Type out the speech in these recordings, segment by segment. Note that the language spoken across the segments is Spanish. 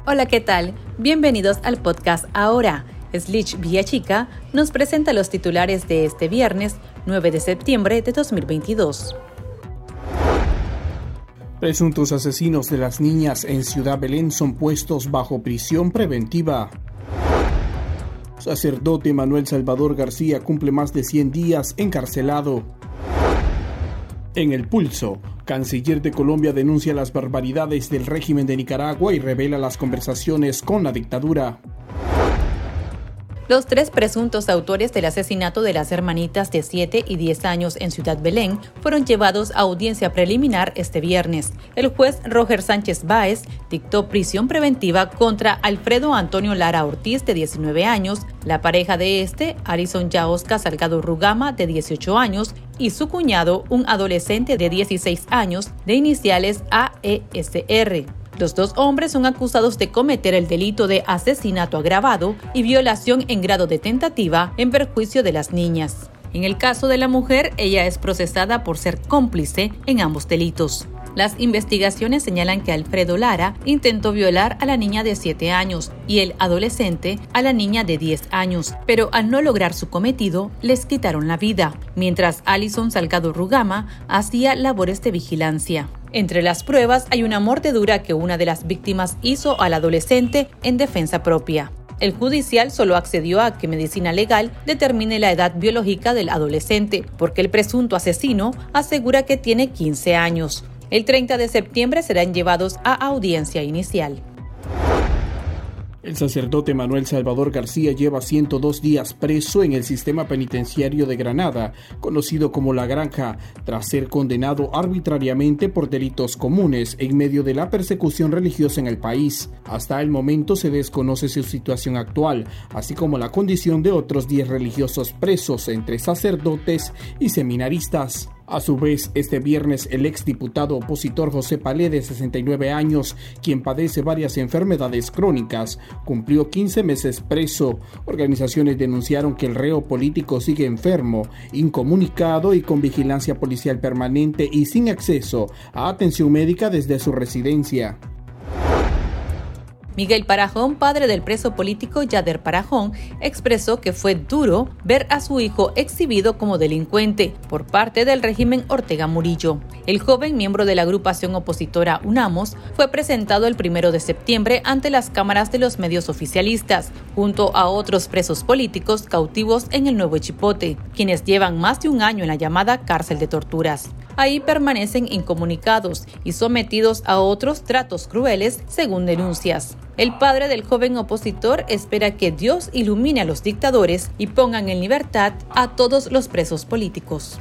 Hola, ¿qué tal? Bienvenidos al podcast Ahora. Slich Villachica nos presenta los titulares de este viernes, 9 de septiembre de 2022. Presuntos asesinos de las niñas en Ciudad Belén son puestos bajo prisión preventiva. Sacerdote Manuel Salvador García cumple más de 100 días encarcelado. En El Pulso, canciller de Colombia denuncia las barbaridades del régimen de Nicaragua y revela las conversaciones con la dictadura. Los 3 presuntos autores del asesinato de las hermanitas de 7 y 10 años en Ciudad Belén fueron llevados a audiencia preliminar este viernes. El juez Roger Sánchez Báez dictó prisión preventiva contra Alfredo Antonio Lara Ortiz, de 19 años, la pareja de Alison Yaosca Salgado Rugama, de 18 años, y su cuñado, un adolescente de 16 años, de iniciales AESR. Los 2 hombres son acusados de cometer el delito de asesinato agravado y violación en grado de tentativa en perjuicio de las niñas. En el caso de la mujer, ella es procesada por ser cómplice en ambos delitos. Las investigaciones señalan que Alfredo Lara intentó violar a la niña de 7 años y el adolescente a la niña de 10 años, pero al no lograr su cometido, les quitaron la vida, mientras Alison Salgado Rugama hacía labores de vigilancia. Entre las pruebas hay una mordedura que una de las víctimas hizo al adolescente en defensa propia. El judicial solo accedió a que medicina legal determine la edad biológica del adolescente, porque el presunto asesino asegura que tiene 15 años. El 30 de septiembre serán llevados a audiencia inicial. El sacerdote Manuel Salvador García lleva 102 días preso en el sistema penitenciario de Granada, conocido como La Granja, tras ser condenado arbitrariamente por delitos comunes en medio de la persecución religiosa en el país. Hasta el momento se desconoce su situación actual, así como la condición de otros 10 religiosos presos, entre sacerdotes y seminaristas. A su vez, este viernes el exdiputado opositor José Palé, de 69 años, quien padece varias enfermedades crónicas, cumplió 15 meses preso. Organizaciones denunciaron que el reo político sigue enfermo, incomunicado y con vigilancia policial permanente y sin acceso a atención médica desde su residencia. Miguel Parajón, padre del preso político Yader Parajón, expresó que fue duro ver a su hijo exhibido como delincuente por parte del régimen Ortega Murillo. El joven, miembro de la agrupación opositora UNAMOS, fue presentado el 1 de septiembre ante las cámaras de los medios oficialistas, junto a otros presos políticos cautivos en el Nuevo Chipote, quienes llevan más de un año en la llamada cárcel de torturas. Ahí permanecen incomunicados y sometidos a otros tratos crueles, según denuncias. El padre del joven opositor espera que Dios ilumine a los dictadores y pongan en libertad a todos los presos políticos.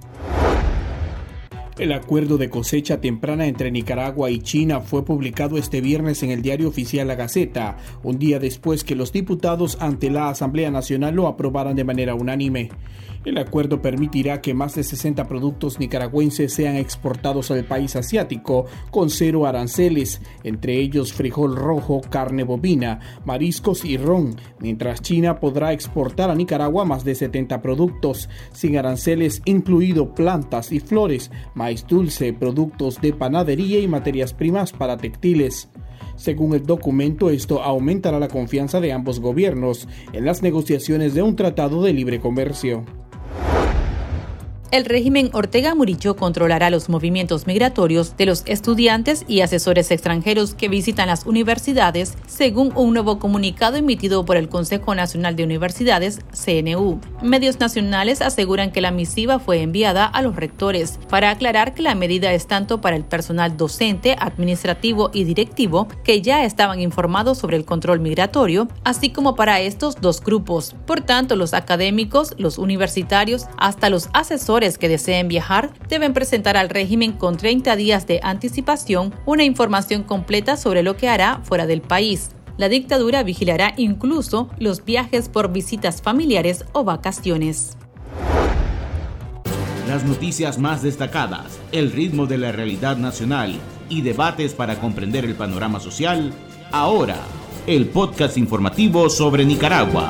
El acuerdo de cosecha temprana entre Nicaragua y China fue publicado este viernes en el diario oficial La Gaceta, un día después que los diputados ante la Asamblea Nacional lo aprobaran de manera unánime. El acuerdo permitirá que más de 60 productos nicaragüenses sean exportados al país asiático con 0 aranceles, entre ellos frijol rojo, carne bovina, mariscos y ron, mientras China podrá exportar a Nicaragua más de 70 productos, sin aranceles, incluido plantas y flores, maíz dulce, productos de panadería y materias primas para textiles. Según el documento, esto aumentará la confianza de ambos gobiernos en las negociaciones de un tratado de libre comercio. El régimen Ortega Murillo controlará los movimientos migratorios de los estudiantes y asesores extranjeros que visitan las universidades, según un nuevo comunicado emitido por el Consejo Nacional de Universidades, CNU. Medios nacionales aseguran que la misiva fue enviada a los rectores para aclarar que la medida es tanto para el personal docente, administrativo y directivo, que ya estaban informados sobre el control migratorio, así como para estos 2 grupos. Por tanto, los académicos, los universitarios, hasta los asesores que deseen viajar deben presentar al régimen con 30 días de anticipación una información completa sobre lo que hará fuera del país. La dictadura vigilará incluso los viajes por visitas familiares o vacaciones. Las noticias más destacadas, el ritmo de la realidad nacional y debates para comprender el panorama social. Ahora, el podcast informativo sobre Nicaragua.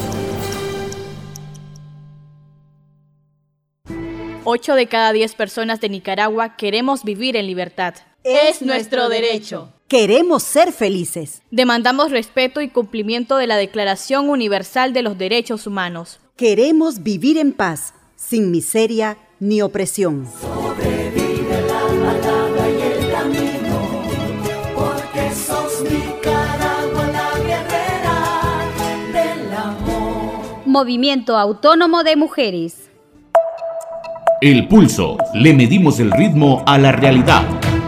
8 de cada 10 personas de Nicaragua queremos vivir en libertad. Es nuestro derecho. Queremos ser felices. Demandamos respeto y cumplimiento de la Declaración Universal de los Derechos Humanos. Queremos vivir en paz, sin miseria ni opresión. Sobrevive la palabra y el camino, porque sos Nicaragua, la guerrera del amor. Movimiento Autónomo de Mujeres. El Pulso. Le medimos el ritmo a la realidad.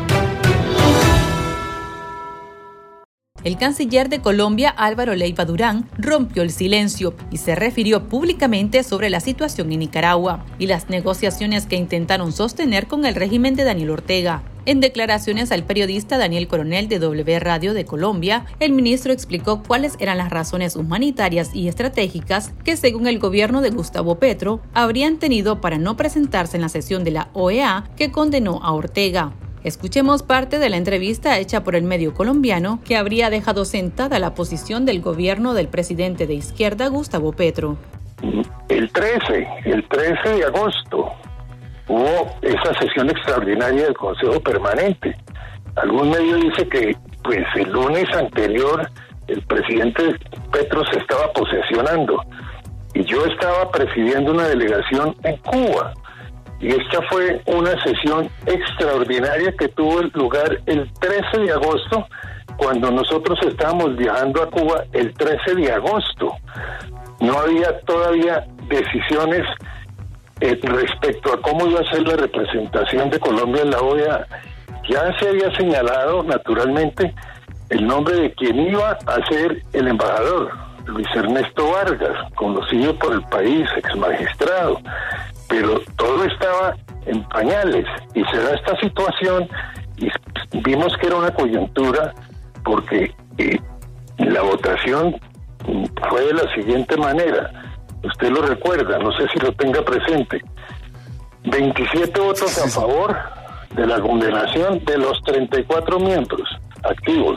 El canciller de Colombia, Álvaro Leiva Durán, rompió el silencio y se refirió públicamente sobre la situación en Nicaragua y las negociaciones que intentaron sostener con el régimen de Daniel Ortega. En declaraciones al periodista Daniel Coronel de W Radio de Colombia, el ministro explicó cuáles eran las razones humanitarias y estratégicas que, según el gobierno de Gustavo Petro, habrían tenido para no presentarse en la sesión de la OEA que condenó a Ortega. Escuchemos parte de la entrevista hecha por el medio colombiano que habría dejado sentada la posición del gobierno del presidente de izquierda Gustavo Petro. El 13 de agosto hubo esa sesión extraordinaria del Consejo Permanente. Algún medio dice que el lunes anterior el presidente Petro se estaba posesionando y yo estaba presidiendo una delegación en Cuba. Y esta fue una sesión extraordinaria que tuvo lugar el 13 de agosto, cuando nosotros estábamos viajando a Cuba el 13 de agosto. No había todavía decisiones respecto a cómo iba a ser la representación de Colombia en la OEA. Ya se había señalado, naturalmente, el nombre de quien iba a ser el embajador, Luis Ernesto Vargas, conocido por el país, exmagistrado. Pero todo estaba en pañales y se da esta situación y vimos que era una coyuntura porque la votación fue de la siguiente manera. Usted lo recuerda, no sé si lo tenga presente. 27 votos a favor de la condenación de los 34 miembros activos.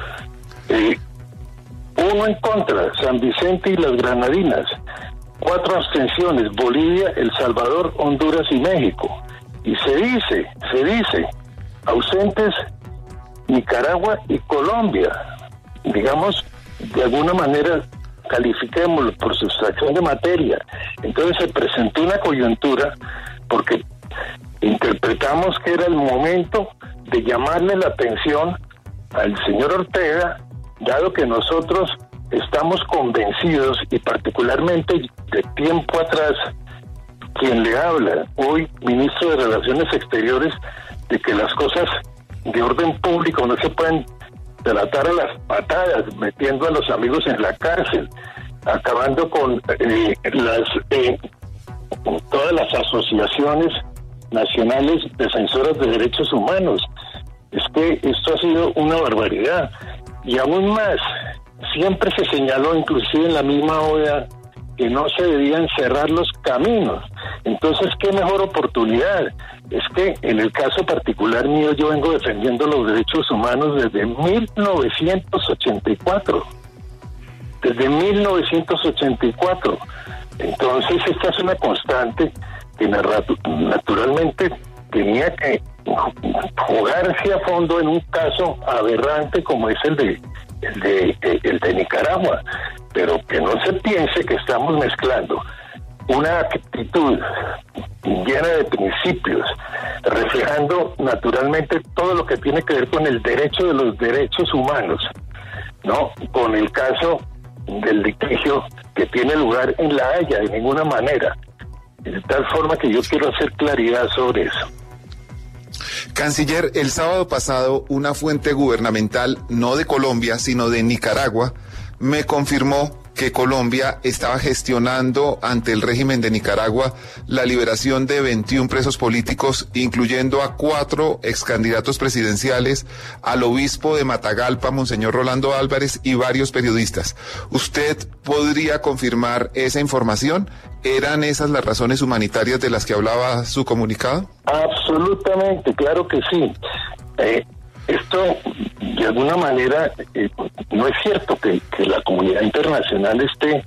1 en contra, San Vicente y las Granadinas. 4 abstenciones, Bolivia, El Salvador, Honduras y México. Y se dice, ausentes Nicaragua y Colombia. Digamos, de alguna manera, califiquémoslo por sustracción de materia. Entonces se presentó una coyuntura porque interpretamos que era el momento de llamarle la atención al señor Ortega, dado que nosotros estamos convencidos, y particularmente de tiempo atrás, quien le habla, hoy ministro de Relaciones Exteriores, de que las cosas de orden público no se pueden tratar a las patadas, metiendo a los amigos en la cárcel, acabando con todas las asociaciones nacionales defensoras de derechos humanos. Es que esto ha sido una barbaridad. Y aún más, siempre se señaló, inclusive en la misma OEA, que no se debían cerrar los caminos. Entonces, ¿qué mejor oportunidad? Es que en el caso particular mío, yo vengo defendiendo los derechos humanos desde 1984. Desde 1984. Entonces, esta es una constante que naturalmente tenía que jugarse a fondo en un caso aberrante como es el de Nicaragua, pero que no se piense que estamos mezclando una actitud llena de principios, reflejando naturalmente todo lo que tiene que ver con el derecho de los derechos humanos, ¿no? Con el caso del litigio que tiene lugar en La Haya, de ninguna manera. De tal forma que yo quiero hacer claridad sobre eso. Canciller, el sábado pasado una fuente gubernamental, no de Colombia, sino de Nicaragua, me confirmó que Colombia estaba gestionando ante el régimen de Nicaragua la liberación de 21 presos políticos, incluyendo a 4 excandidatos presidenciales, al obispo de Matagalpa, Monseñor Rolando Álvarez, y varios periodistas. ¿Usted podría confirmar esa información? ¿Eran esas las razones humanitarias de las que hablaba su comunicado? Absolutamente, claro que sí. Esto, de alguna manera, no es cierto que la comunidad internacional esté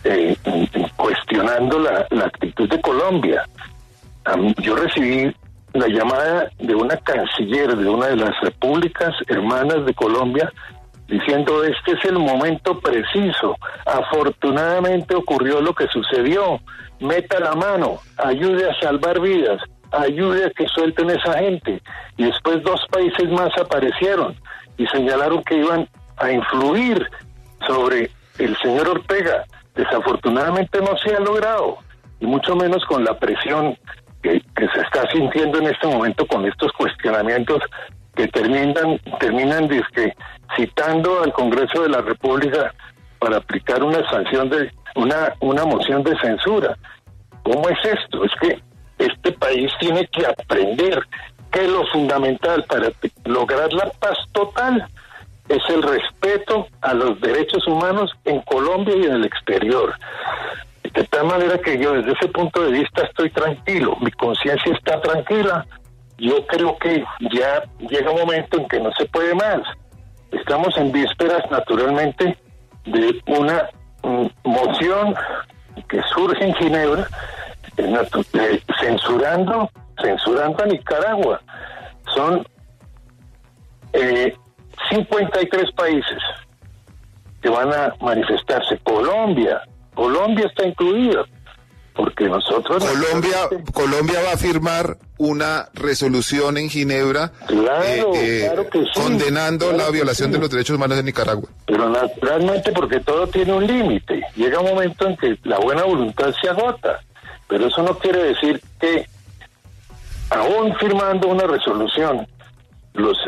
cuestionando la actitud de Colombia. Yo recibí la llamada de una canciller de una de las repúblicas hermanas de Colombia, diciendo este es el momento preciso, afortunadamente ocurrió lo que sucedió, meta la mano, ayude a salvar vidas, ayude a que suelten esa gente. Y después 2 países más aparecieron y señalaron que iban a influir sobre el señor Ortega. Desafortunadamente no se ha logrado, y mucho menos con la presión que se está sintiendo en este momento con estos cuestionamientos que terminan citando al Congreso de la República para aplicar una sanción de una moción de censura. ¿Cómo es esto? Es que este país tiene que aprender que lo fundamental para lograr la paz total es el respeto a los derechos humanos en Colombia y en el exterior. De tal manera que yo desde ese punto de vista estoy tranquilo, mi conciencia está tranquila. Yo creo que ya llega un momento en que no se puede más. Estamos en vísperas, naturalmente, de una moción que surge en Ginebra, censurando a Nicaragua. Son 53 países que van a manifestarse. Colombia está incluida, porque nosotros... Colombia va a firmar una resolución en Ginebra, claro que sí, condenando la violación de los derechos humanos de Nicaragua. Pero naturalmente, porque todo tiene un límite. Llega un momento en que la buena voluntad se agota, pero eso no quiere decir que aún firmando una resolución, los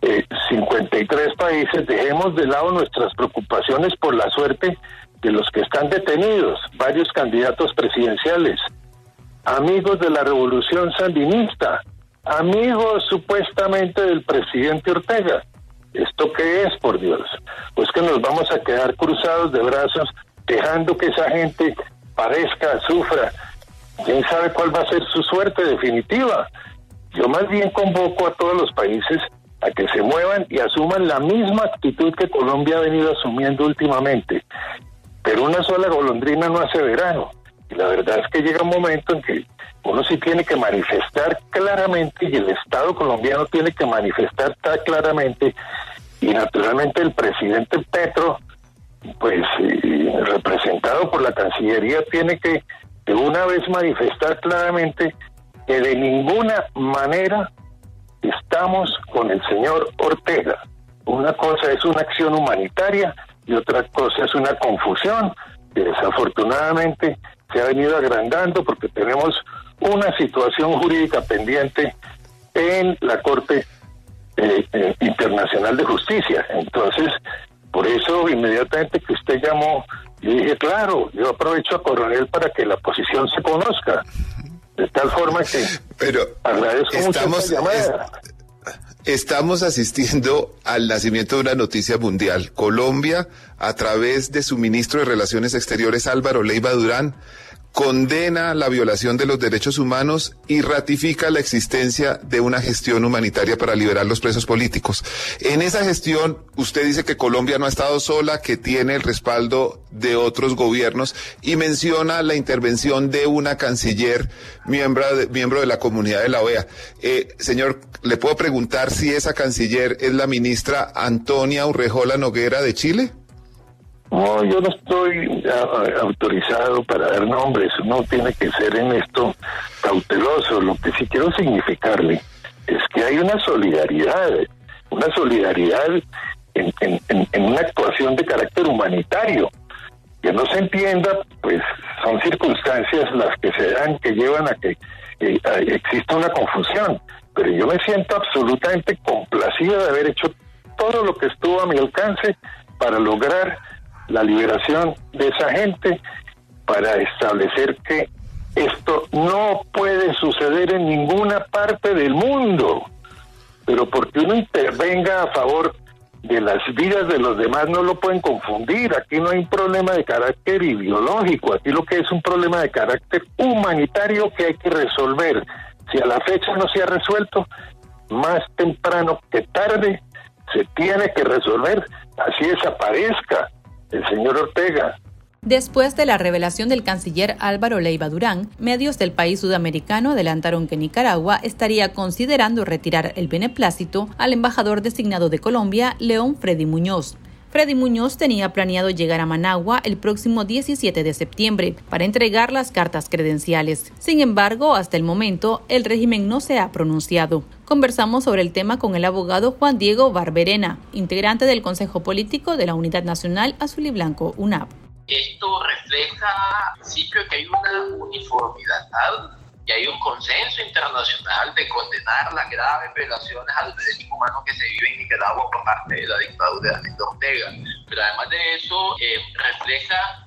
53 países dejemos de lado nuestras preocupaciones por la suerte de los que están detenidos, varios candidatos presidenciales, amigos de la revolución sandinista, amigos supuestamente del presidente Ortega. ¿Esto qué es, por Dios? Pues que nos vamos a quedar cruzados de brazos, dejando que esa gente padezca, sufra. ¿Quién sabe cuál va a ser su suerte definitiva? Yo más bien convoco a todos los países a que se muevan y asuman la misma actitud que Colombia ha venido asumiendo últimamente. Pero una sola golondrina no hace verano. Y la verdad es que llega un momento en que uno sí tiene que manifestar claramente, y el Estado colombiano tiene que manifestar claramente, y naturalmente el presidente Petro, pues representado por la Cancillería, tiene que de una vez manifestar claramente que de ninguna manera estamos con el señor Ortega. Una cosa es una acción humanitaria y otra cosa es una confusión que desafortunadamente se ha venido agrandando porque tenemos una situación jurídica pendiente en la Corte Internacional de Justicia. Entonces, por eso inmediatamente que usted llamó, yo dije, claro, yo aprovecho a Coronel para que la posición se conozca, de tal forma que agradezco mucho esta llamada. Estamos asistiendo al nacimiento de una noticia mundial. Colombia, a través de su ministro de Relaciones Exteriores, Álvaro Leiva Durán, condena la violación de los derechos humanos y ratifica la existencia de una gestión humanitaria para liberar los presos políticos. En esa gestión, usted dice que Colombia no ha estado sola, que tiene el respaldo de otros gobiernos, y menciona la intervención de una canciller miembro de la comunidad de la OEA. Señor, ¿le puedo preguntar si esa canciller es la ministra Antonia Urrejola Noguera de Chile? No, yo no estoy autorizado para dar nombres, uno tiene que ser en esto cauteloso. Lo que sí quiero significarle es que hay una solidaridad en una actuación de carácter humanitario. Que no se entienda, pues son circunstancias las que se dan, que llevan a que exista una confusión, pero yo me siento absolutamente complacido de haber hecho todo lo que estuvo a mi alcance para lograr la liberación de esa gente, para establecer que esto no puede suceder en ninguna parte del mundo, pero porque uno intervenga a favor de las vidas de los demás no lo pueden confundir. Aquí no hay un problema de carácter ideológico, aquí lo que es un problema de carácter humanitario que hay que resolver. Si a la fecha no se ha resuelto, más temprano que tarde se tiene que resolver, así desaparezca el señor Ortega, Después de la revelación del canciller Álvaro Leiva Durán, medios del país sudamericano adelantaron que Nicaragua estaría considerando retirar el beneplácito al embajador designado de Colombia, León Freddy Muñoz. Freddy Muñoz tenía planeado llegar a Managua el próximo 17 de septiembre para entregar las cartas credenciales. Sin embargo, hasta el momento, el régimen no se ha pronunciado. Conversamos sobre el tema con el abogado Juan Diego Barberena, integrante del Consejo Político de la Unidad Nacional Azul y Blanco, UNAP. Esto refleja al principio que hay una uniformidad y hay un consenso internacional de condenar las graves violaciones a los derechos humanos que se viven en Nicaragua por parte de la dictadura de Daniel Ortega. Pero además de eso, refleja,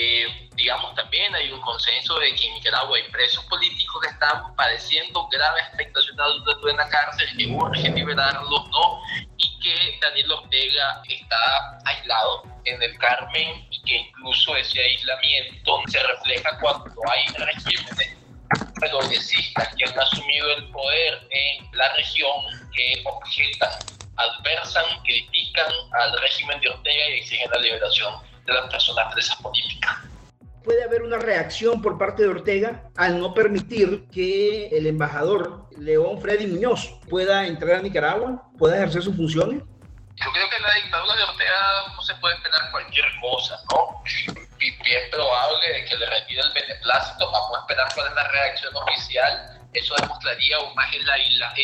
también hay un consenso de que en Nicaragua hay presos políticos que están padeciendo graves afectaciones en la cárcel, que urge liberarlos, ¿no? Y que Daniel Ortega está aislado en el Carmen y que incluso ese aislamiento se refleja cuando hay regímenes progresistas que han asumido el poder en la región, que objetan, adversan, critican al régimen de Ortega y exigen la liberación de las personas presas políticas. Puede haber una reacción por parte de Ortega al no permitir que el embajador León Freddy Muñoz pueda entrar a Nicaragua, pueda ejercer sus funciones. Yo creo que en la dictadura de Ortega no se puede esperar cualquier cosa, ¿no? Y es probable de que le retire el beneplácito. Vamos a esperar cuál es la reacción oficial. Eso demostraría aún más el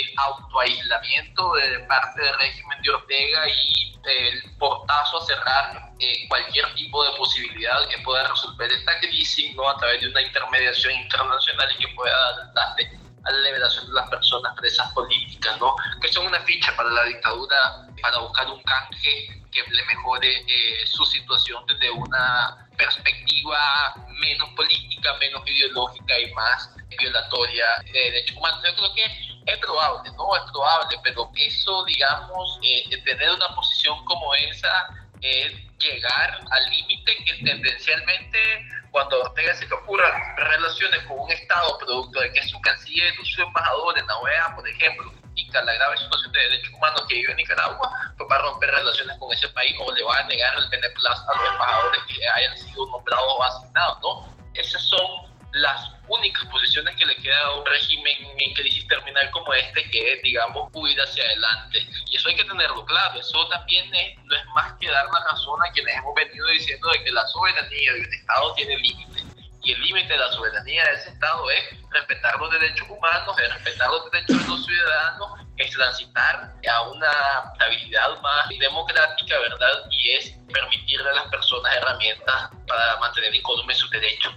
autoaislamiento de parte del régimen de Ortega y el portazo a cerrar cualquier tipo de posibilidad que pueda resolver esta crisis, ¿no? A través de una intermediación internacional y que pueda dar a la liberación de las personas presas políticas, ¿no? Que son una ficha para la dictadura, para buscar un canje que le mejore su situación desde una perspectiva menos política, menos ideológica y más violatoria de derechos humanos. Yo creo que es probable, ¿no? Es probable, pero eso, tener una posición como esa es llegar al límite que tendencialmente, cuando Ortega se le ocurra relaciones con un Estado producto de que es su canciller o su embajador en la OEA, por ejemplo, y que la grave situación de derechos humanos que vive en Nicaragua, pues va a romper relaciones con ese país o le va a negar el beneplácito a los embajadores que hayan sido nombrados o asignados, ¿no? Esas son las únicas posiciones que le queda a un régimen en crisis terminal como este, que es, huir hacia adelante. Y eso hay que tenerlo claro. Eso también no es más que dar la razón a quienes hemos venido diciendo de que la soberanía de un Estado tiene límites. Y el límite de la soberanía de ese Estado es respetar los derechos humanos, es respetar los derechos de los ciudadanos, es transitar a una estabilidad más democrática, ¿verdad? Y es permitirle a las personas herramientas para mantener incólumes sus derechos.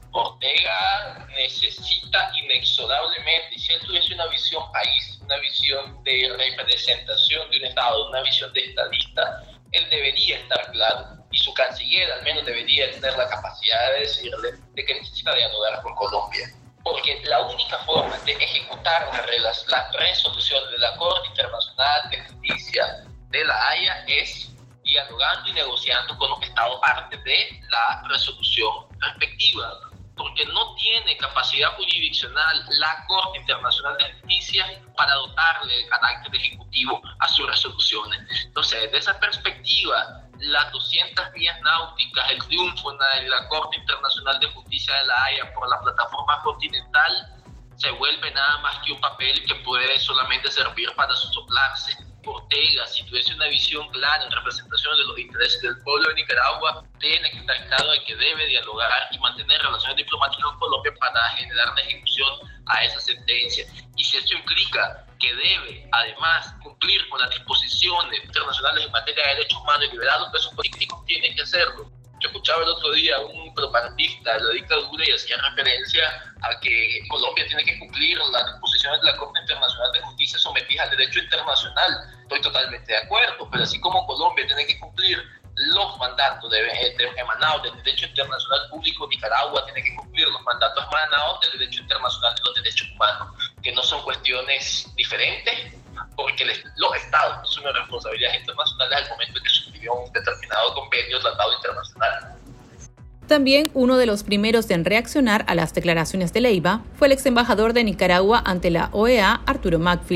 Ortega necesita inexorablemente, si él tuviese una visión país, una visión de representación de un Estado, una visión de estadista, él debería estar claro, y su canciller al menos debería tener la capacidad de decirle de que necesita dialogar con Colombia. Porque la única forma de ejecutar las resoluciones de la Corte Internacional de Justicia de La Haya es dialogando y negociando con los Estados partes de la resolución respectiva. Porque no tiene capacidad jurisdiccional la Corte Internacional de Justicia para dotarle de carácter ejecutivo a sus resoluciones. Entonces, desde esa perspectiva, las 200 millas náuticas, el triunfo en la Corte Internacional de Justicia de La Haya por la plataforma continental, se vuelve nada más que un papel que puede solamente servir para soplarse. Ortega, si tuviese una visión clara en representación de los intereses del pueblo de Nicaragua, tiene que estar claro de que debe dialogar y mantener relaciones diplomáticas con Colombia para generar la ejecución a esa sentencia. Y si eso implica que debe, además, cumplir con las disposiciones internacionales en materia de derechos humanos y liberar los presos políticos, tiene que hacerlo. Yo escuchaba el otro día a un propagandista de la dictadura y hacía referencia a que Colombia tiene que cumplir las disposiciones de la Corte Internacional de Justicia sometidas al derecho internacional. Estoy totalmente de acuerdo, pero así como Colombia tiene que cumplir los mandatos emanados del derecho internacional público, Nicaragua tiene que cumplir los mandatos emanados del derecho internacional de los derechos humanos, que no son cuestiones diferentes, porque los Estados asumen responsabilidades internacionales al momento de que suscribió un determinado convenio o tratado internacional. También uno de los primeros en reaccionar a las declaraciones de Leiva fue el ex embajador de Nicaragua ante la OEA, Arturo Macfields,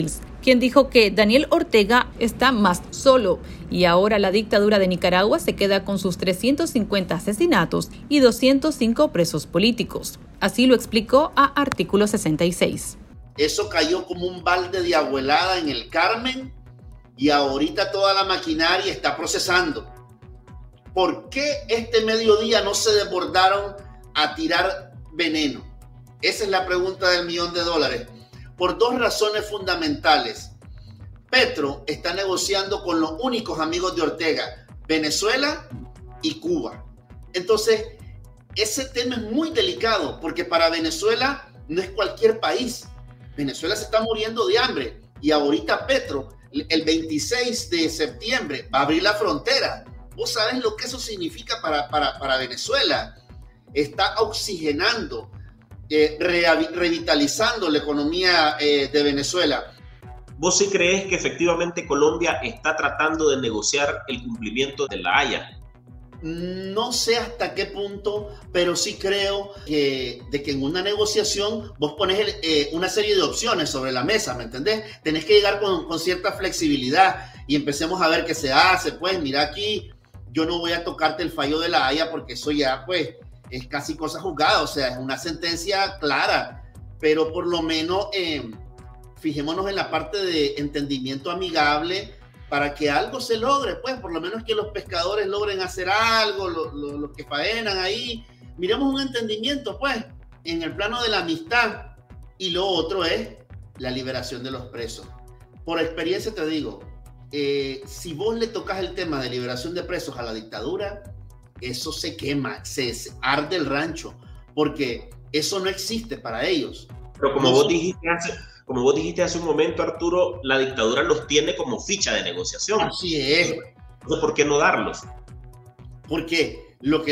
quien dijo que Daniel Ortega está más solo y ahora la dictadura de Nicaragua se queda con sus 350 asesinatos y 205 presos políticos. Así lo explicó a Artículo 66. Eso cayó como un balde de abuelada en el Carmen y ahorita toda la maquinaria está procesando. ¿Por qué este mediodía no se desbordaron a tirar veneno? Esa es la pregunta del $1.000.000. Por dos razones fundamentales. Petro está negociando con los únicos amigos de Ortega, Venezuela y Cuba. Entonces, ese tema es muy delicado porque para Venezuela no es cualquier país. Venezuela se está muriendo de hambre y ahorita Petro, el 26 de septiembre, va a abrir la frontera. ¿Vos sabés lo que eso significa para Venezuela? Está oxigenando, revitalizando la economía de Venezuela. ¿Vos sí crees que efectivamente Colombia está tratando de negociar el cumplimiento de La Haya? No sé hasta qué punto, pero sí creo que en una negociación vos pones una serie de opciones sobre la mesa, ¿me entendés? Tenés que llegar con cierta flexibilidad y empecemos a ver qué se hace. Pues mira aquí, yo no voy a tocarte el fallo de La Haya porque eso ya pues es casi cosa juzgada, o sea, es una sentencia clara, pero por lo menos fijémonos en la parte de entendimiento amigable para que algo se logre, pues por lo menos que los pescadores logren hacer algo, los que faenan ahí, miremos un entendimiento pues en el plano de la amistad. Y lo otro es la liberación de los presos. Por experiencia te digo, si vos le tocas el tema de liberación de presos a la dictadura, eso se quema, se arde el rancho, porque eso no existe para ellos. Pero como vos dijiste hace un momento, Arturo, la dictadura los tiene como ficha de negociación. Así es. Entonces, ¿por qué no darlos? Porque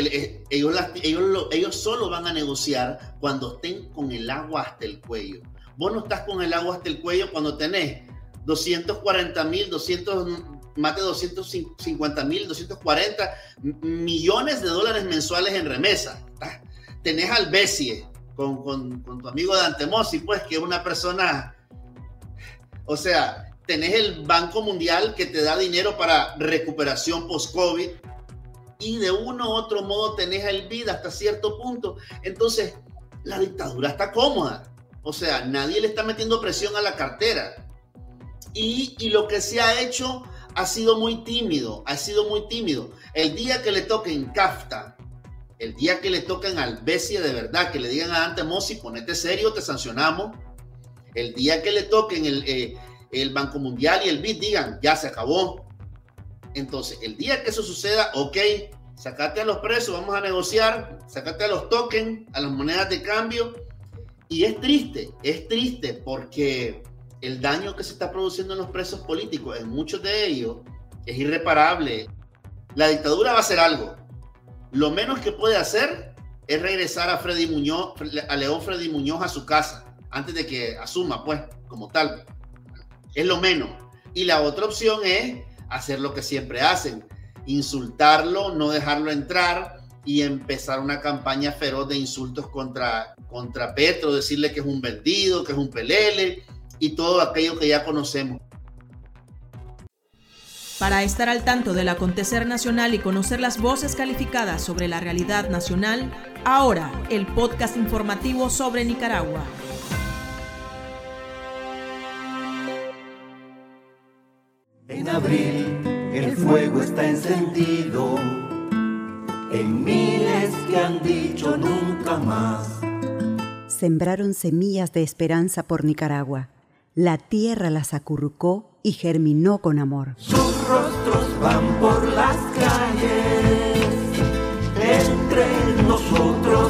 ellos solo van a negociar cuando estén con el agua hasta el cuello. Vos no estás con el agua hasta el cuello cuando tenés 240,000, más de 250,000, 240 millones de dólares mensuales en remesa. Tenés al Bessie con tu amigo Dante Mossi, pues, que es una persona, o sea, tenés el Banco Mundial que te da dinero para recuperación post-COVID y de uno u otro modo tenés el BID hasta cierto punto. Entonces, la dictadura está cómoda, o sea, nadie le está metiendo presión a la cartera y lo que se ha hecho ha sido muy tímido, El día que le toquen CAFTA, el día que le toquen al Bessie de verdad, que le digan a Dante Mossi, ponete serio, te sancionamos. El día que le toquen el Banco Mundial y el BID, digan, ya se acabó. Entonces, el día que eso suceda, ok, sacate a los presos, vamos a negociar, sacate a los tokens, a las monedas de cambio. Y es triste porque el daño que se está produciendo en los presos políticos, en muchos de ellos, es irreparable. La dictadura va a hacer algo. Lo menos que puede hacer es regresar a León Freddy Muñoz a su casa, antes de que asuma, pues, como tal. Es lo menos. Y la otra opción es hacer lo que siempre hacen, insultarlo, no dejarlo entrar y empezar una campaña feroz de insultos contra Petro, decirle que es un vendido, que es un pelele y todo aquello que ya conocemos. Para estar al tanto del acontecer nacional y conocer las voces calificadas sobre la realidad nacional, ahora el podcast informativo sobre Nicaragua. En abril el fuego está encendido, en miles que han dicho nunca más. Sembraron semillas de esperanza por Nicaragua. La tierra las acurrucó y germinó con amor. Sus rostros van por las calles, entre nosotros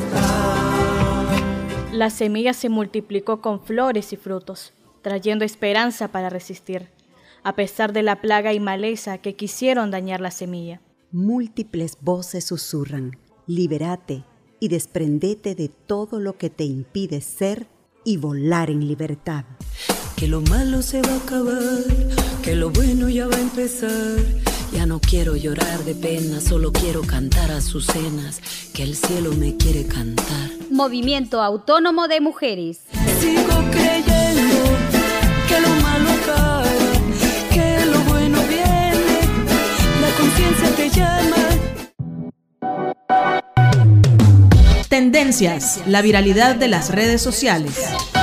están. La semilla se multiplicó con flores y frutos, trayendo esperanza para resistir, a pesar de la plaga y maleza que quisieron dañar la semilla. Múltiples voces susurran, libérate y desprendete de todo lo que te impide ser y volar en libertad. Que lo malo se va a acabar, que lo bueno ya va a empezar. Ya no quiero llorar de pena, solo quiero cantar azucenas, que el cielo me quiere cantar. Movimiento Autónomo de Mujeres. Sigo creyendo que lo malo malo acaba, que lo bueno viene, la conciencia te llama. Tendencias, la viralidad de las redes sociales.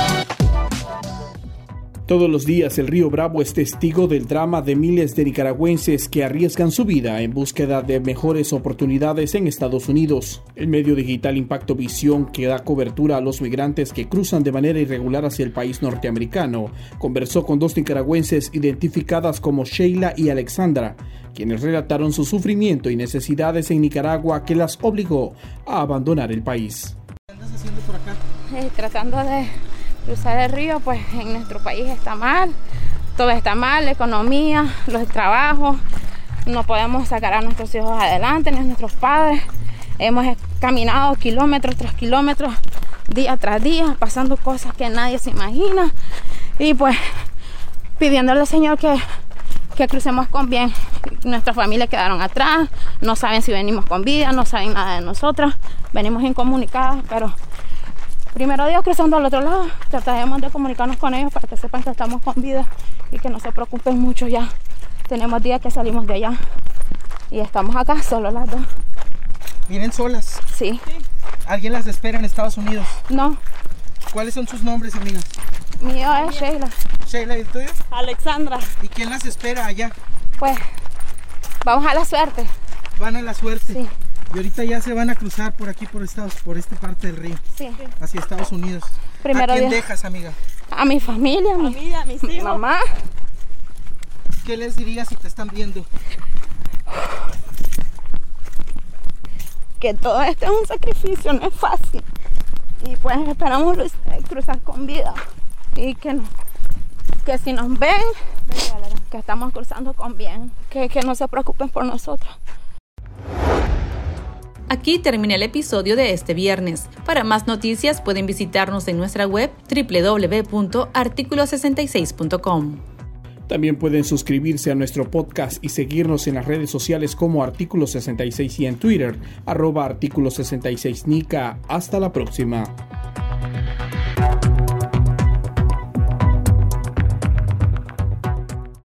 Todos los días el Río Bravo es testigo del drama de miles de nicaragüenses que arriesgan su vida en búsqueda de mejores oportunidades en Estados Unidos. El medio digital Impacto Visión, que da cobertura a los migrantes que cruzan de manera irregular hacia el país norteamericano, conversó con dos nicaragüenses identificadas como Sheila y Alexandra, quienes relataron su sufrimiento y necesidades en Nicaragua que las obligó a abandonar el país. ¿Qué andas haciendo por acá? Tratando de cruzar el río, pues en nuestro país está mal, todo está mal, la economía, los trabajos, no podemos sacar a nuestros hijos adelante, ni a nuestros padres. Hemos caminado kilómetros tras kilómetros, día tras día, pasando cosas que nadie se imagina y pues pidiéndole al Señor que crucemos con bien. Nuestras familias quedaron atrás, no saben si venimos con vida, no saben nada de nosotros, venimos incomunicadas, pero primero Dios, cruzando al otro lado, trataremos de comunicarnos con ellos para que sepan que estamos con vida y que no se preocupen mucho ya. Tenemos días que salimos de allá y estamos acá, solo las dos. ¿Vienen solas? Sí. ¿Alguien las espera en Estados Unidos? No. ¿Cuáles son sus nombres, amigas? Mío es Sheila. Sheila, ¿y el tuyo? Alexandra. ¿Y quién las espera allá? Pues, vamos a la suerte. Van a la suerte. Sí. Y ahorita ya se van a cruzar por aquí, por esta parte del río. Sí. Hacia Estados Unidos. Primero ¿A quién Dios. dejas, amiga? A mi familia, a mis hijos. Mamá. ¿Qué les dirías si te están viendo? Que todo esto es un sacrificio, no es fácil. Y pues esperamos cruzar con vida. Y que si nos ven, que estamos cruzando con bien. Que no se preocupen por nosotros. Aquí termina el episodio de este viernes. Para más noticias pueden visitarnos en nuestra web www.articulo66.com. También pueden suscribirse a nuestro podcast y seguirnos en las redes sociales como Artículo 66 y en Twitter, @Artículo 66 Nica. Hasta la próxima.